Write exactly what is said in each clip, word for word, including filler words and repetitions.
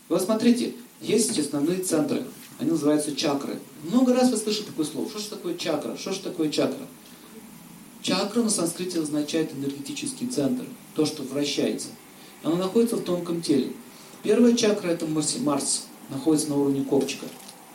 Вот смотрите, есть основные центры. Они называются чакры. Много раз вы слышали такое слово. Что же такое чакра? Что же такое чакра? Чакра на санскрите означает энергетический центр. То, что вращается. Она находится в тонком теле. Первая чакра — это Марс, Марс, находится на уровне копчика.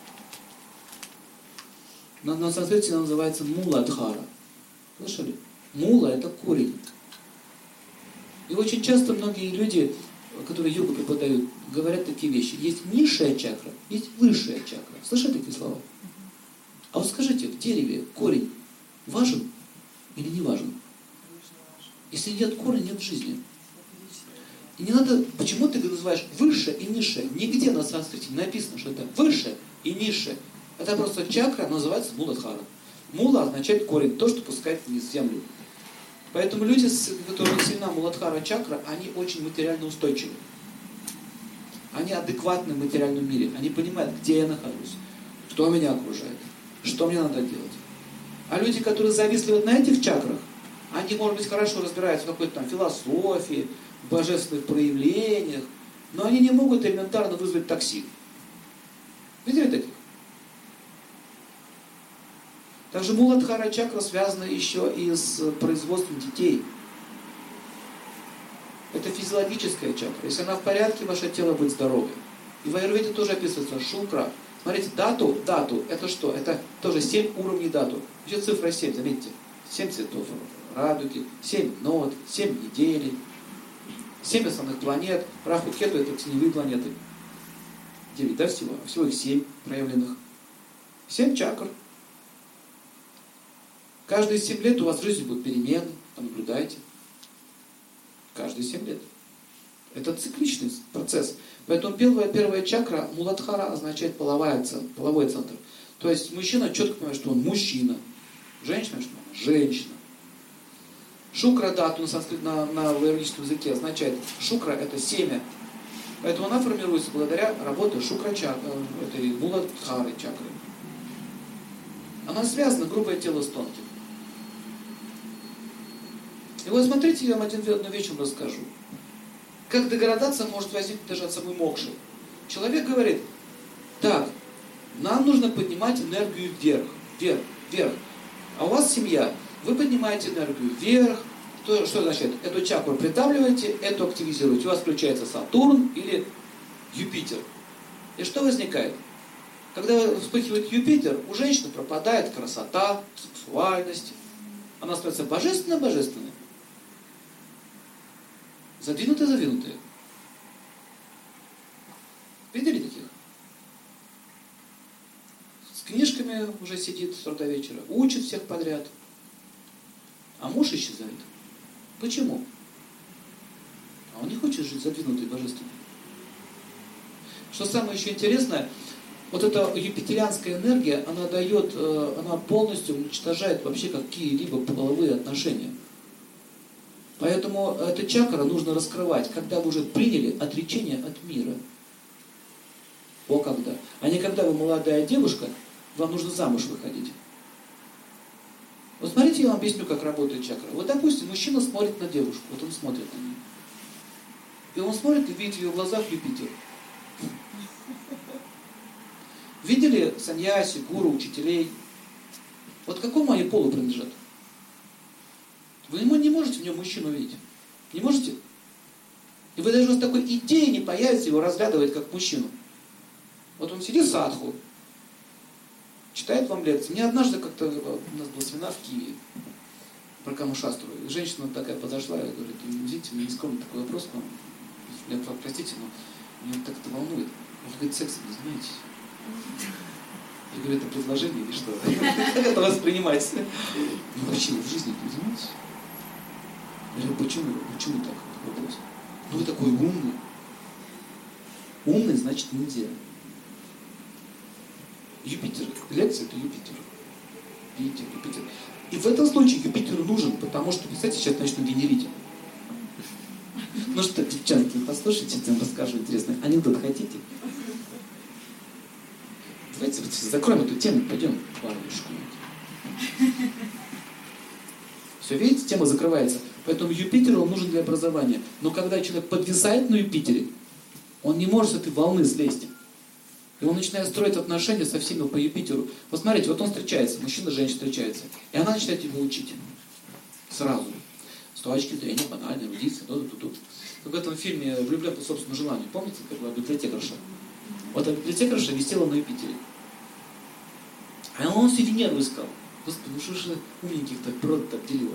На, на санскрите она называется Муладхара. Слышали? Мула — это корень. И очень часто многие люди, которые йогу преподают, говорят такие вещи. Есть низшая чакра, есть высшая чакра. Слышали такие слова? А вот скажите, в дереве корень важен или не важен? Если нет корня, нет жизни. И не надо, почему ты называешь высшее и низшее? Нигде на санскрите не написано, что это высшее и низшее. Это просто чакра, называется Муладхара. Мула означает корень, то, что пускает вниз землю. Поэтому люди, у которых сильна Муладхара чакра, они очень материально устойчивы. Они адекватны в материальном мире. Они понимают, где я нахожусь, кто меня окружает, что мне надо делать. А люди, которые зависли вот на этих чакрах, они, может быть, хорошо разбираются в какой-то там философии, в божественных проявлениях, но они не могут элементарно вызвать такси. Видели таких? Также Муладхара чакра связана еще и с производством детей. Это физиологическая чакра. Если она в порядке, ваше тело будет здоровым. И в аюрведе тоже описывается шукра. Смотрите, дату, дату, это что? Это тоже семь уровней дату. Еще цифра семь, заметьте. семь цветов радуги, семь нот, семь недель, семь основных планет. Раху, Кету — это теневые планеты. девять, да, всего? Всего их семь проявленных. семь чакр. Каждые семь лет у вас в жизни будут перемены, понаблюдайте. Каждые семь лет. Это цикличный процесс. Поэтому первая, первая чакра, Муладхара, означает половая, половой центр. То есть мужчина четко понимает, что он мужчина. Женщина, что она женщина. Шукра дату на, санскрит, на, на аюрведическом языке означает, шукра — это семя. Поэтому она формируется благодаря работе шукра чакры, этой Муладхары чакры. Она связана, грубое тело с тонким. И вот смотрите, я вам один, одну вещь вам расскажу. Как деградация может возникнуть даже от самой мокши. Человек говорит, так, нам нужно поднимать энергию вверх, вверх, вверх. А у вас семья, вы поднимаете энергию вверх. Что, что значит? Эту чакру придавливаете, эту активизируете. У вас включается Сатурн или Юпитер. И что возникает? Когда вспыхивает Юпитер, у женщины пропадает красота, сексуальность. Она становится божественно-божественной. Задвинутые-задвинутые. Видели таких? С книжками уже сидит с утра до вечера, учит всех подряд. А муж исчезает. Почему? А он не хочет жить задвинутой божественной. Что самое еще интересное, вот эта юпитерианская энергия, она дает, она полностью уничтожает вообще какие-либо половые отношения. Поэтому эту чакру нужно раскрывать, когда вы уже приняли отречение от мира. О, когда. А не когда вы молодая девушка, вам нужно замуж выходить. Вот смотрите, я вам объясню, как работает чакра. Вот, допустим, мужчина смотрит на девушку, вот он смотрит на нее. И он смотрит и видит в ее глазах Юпитер. Видели саньяси, гуру, учителей? Вот к какому они полу принадлежат? Вы не можете в нем мужчину увидеть. Не можете? И вы даже с такой идеей не появится его разглядывать как мужчину. Вот он сидит садху, читает вам лекции. Мне однажды как-то, у нас был семинар в Киеве про Камашастру. И женщина такая подошла и говорит, извините, у меня нескромный такой вопрос к вам. Я, простите, но меня так это волнует. Вы, говорит, сексом не занимаетесь? Я говорю, это предложение или что? Как это воспринимать? Ну вообще, вы в жизни не занимаетесь? Я говорю, почему? Почему так? Вопрос. Ну вы такой умный. Умный значит нельзя. Юпитер. Лекция — это Юпитер. Юпитер, Юпитер. И в этом случае Юпитер нужен, потому что, представьте, сейчас начнут генерить. Ну что, девчонки, послушайте, я вам расскажу интересный анекдот, хотите? Давайте закроем эту тему, пойдем в парочку. Все, видите, тема закрывается. Поэтому Юпитер он нужен для образования. Но когда человек подвисает на Юпитере, Он не может с этой волны слезть. И он начинает строить отношения со всеми по Юпитеру. Вот смотрите, вот он встречается, мужчина и женщина встречаются. И она начинает его учить. Сразу. С точки зрения банальной эрудиции. Тут-тут-тут. Как в этом фильме «Влюблен по собственному желанию». Помните, как была библиотекарша? Вот эта библиотекарша висела на Юпитере. А он всю Венеру искал. Господи, ну что же умненьких так природа обделила.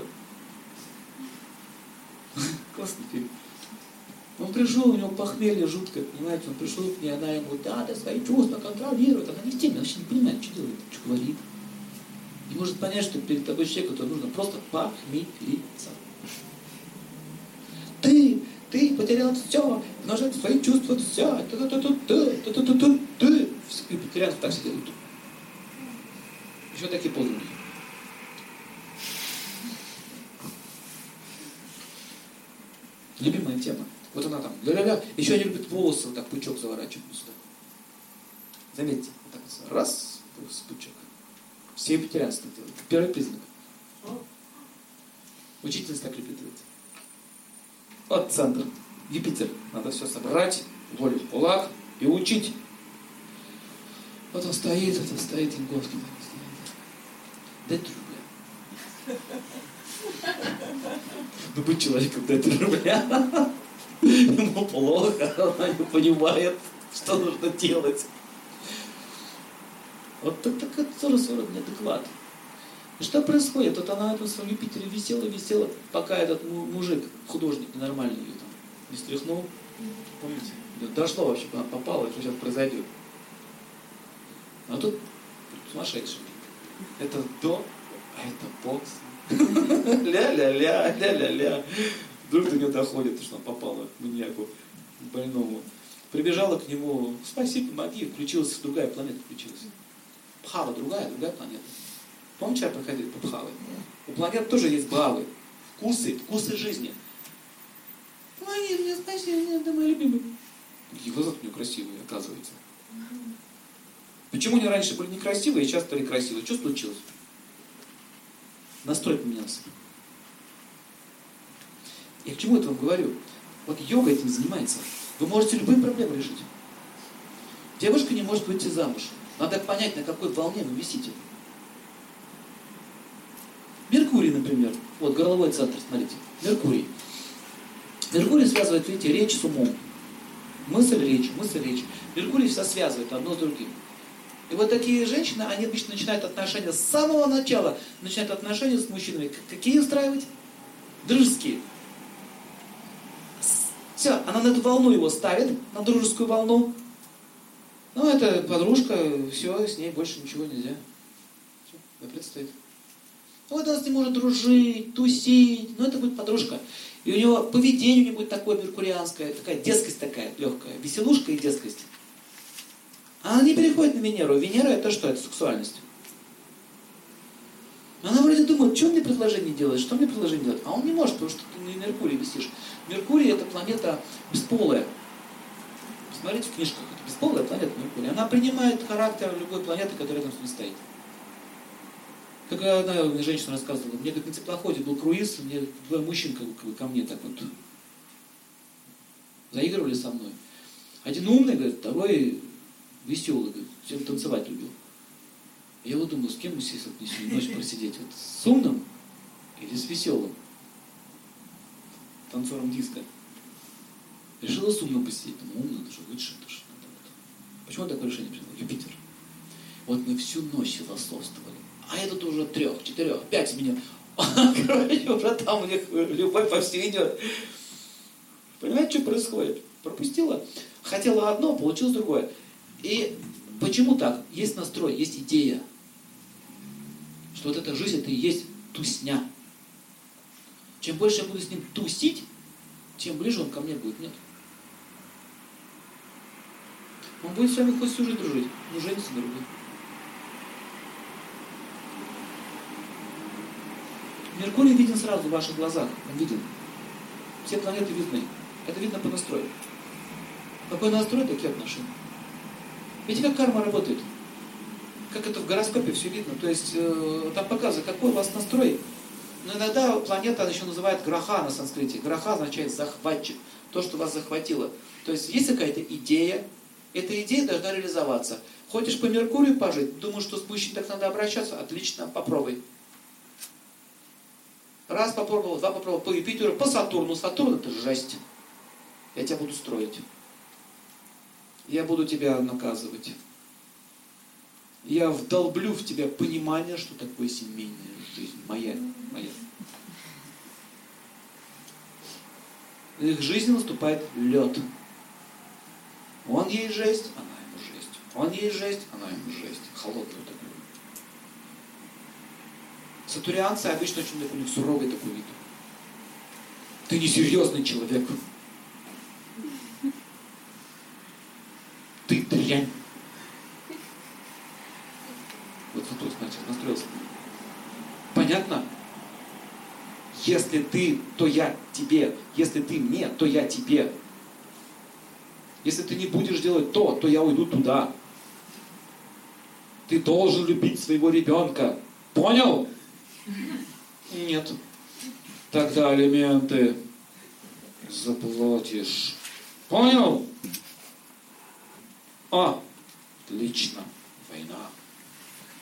Классный фильм. Он пришел, у него похмелье жуткое, понимаете, он пришел к ней, она ему, да, ты свои чувства контролирует. Она не в теме, она вообще не понимает, что делает, что говорит. Не может понять, что перед тобой человек, который нужно просто похмелиться. Ты, ты потерял все, множит свои чувства, все, ты, и потерянцы так все делают. Еще такие позы. Любимая тема. Вот она там, ля-ля-ля. Еще они любят волосы вот так, пучок заворачивать сюда. Заметьте, вот так вот, раз, пучок. Все вегетарианцы так делают. Первый признак. Учительница так любит делать. Вот центр. Юпитер. Надо все собрать, волю в кулак и учить. Вот он стоит, вот он стоит, Янковский. Дай три рубля. Ну, быть человеком, дай три рубля. Ему плохо, она не понимает, что нужно делать. Вот так, так это тоже сорок неадекват. И что происходит? Вот она на этом своем Юпитере висела, висела, пока этот мужик, художник ненормальный ее там не стряхнул. Помните? Дошло вообще, она попала, что сейчас произойдет. А тут сумасшедший. Это до, а это бокс. Ля-ля-ля, ля-ля-ля. Вдруг до нее доходит, что она попала к маньяку больному. Прибежала к нему, спаси, помоги, включилась другая планета, включилась. Бхава другая, другая планета. Помните, я проходил по Бхаве? У планет тоже есть бхавы, вкусы, вкусы жизни. Помоги мне, спаси меня, это мой любимый. Какие глаза у нее красивые, оказывается. Почему они раньше были некрасивые, и сейчас стали красивые? Что случилось? Настрой поменялся. Я к чему это вам говорю? Вот йога этим занимается. Вы можете любые проблемы решить. Девушка не может выйти замуж. Надо понять, на какой волне вы висите. Меркурий, например. Вот горловой центр, смотрите. Меркурий. Меркурий связывает, видите, речь с умом. Мысль, речь, мысль, речь. Меркурий все связывает одно с другим. И вот такие женщины, они обычно начинают отношения с самого начала. Начинают отношения с мужчинами. Какие устраивать? Дружеские. Все, она на эту волну его ставит, на дружескую волну. Ну, это подружка, все, с ней больше ничего нельзя. Все, да предстоит. Ну, вот она с ним может дружить, тусить, но это будет подружка. И у него поведение у него будет такое меркурианское, такая детскость такая легкая, веселушка и детскость. А она не переходит на Венеру. Венера это что? Это сексуальность. Она вроде думает, что мне предложение делать, что мне предложение делать? А он не может, потому что ты на Меркурии висишь. Меркурий это планета бесполая. Посмотрите в книжках, это бесполая планета Меркурий. Она принимает характер любой планеты, которая рядом с ней стоит. Как одна женщина рассказывала, мне говорит, на теплоходе был круиз, мне двое мужчин ко мне так вот заигрывали со мной. Один умный, говорит, второй веселый, говорит, всем танцевать любил. Я вот думаю, с кем мы сесть вот ночь просидеть? Вот с умным или с веселым? Танцором диска. Решила с умным посидеть. Думаю, умный, это же лучше. Это же надо вот. Почему такое решение принял? Юпитер. Вот мы всю ночь философствовали. А этот уже трех, четырех, пять меня. Короче, уже там у них любовь по всей идет. Понимаете, что происходит? Пропустила. Хотела одно, получилось другое. И почему так? Есть настрой, есть идея. Что вот эта жизнь, это и есть тусня. Чем больше я буду с ним тусить, тем ближе он ко мне будет. Нет. Он будет с вами хоть всю жизнь дружить, но женится на другой. Меркурий виден сразу в ваших глазах. Он виден. Все планеты видны. Это видно по настрою. Какой настрой, такие отношения. Видите, как карма работает? Как это в гороскопе все видно. То есть э, там показывает, какой у вас настрой. Но иногда планета еще называют граха на санскрите. Граха означает захватчик. То, что вас захватило. То есть есть какая-то идея, эта идея должна реализоваться. Хочешь по Меркурию пожить, думаешь, что с мужчиной так надо обращаться? Отлично, попробуй. Раз попробовал, два попробовал, по Юпитеру, по Сатурну. Сатурн это жесть. Я тебя буду строить. Я буду тебя наказывать. Я вдолблю в тебя понимание, что такое семейная жизнь. Моя, моя. В их жизни наступает лед. Он ей жесть, она ему жесть. Он ей жесть, она ему жесть. Холодный такой. Сатурианцы обычно очень такой, у них суровый такой вид. Ты несерьезный человек. Ты дрянь. Вот тут, значит, настроился. Понятно? Если ты, то я тебе. Если ты мне, то я тебе. Если ты не будешь делать то, то я уйду туда. Ты должен любить своего ребенка. Понял? Нет. Тогда алименты заплатишь. Понял? А, отлично.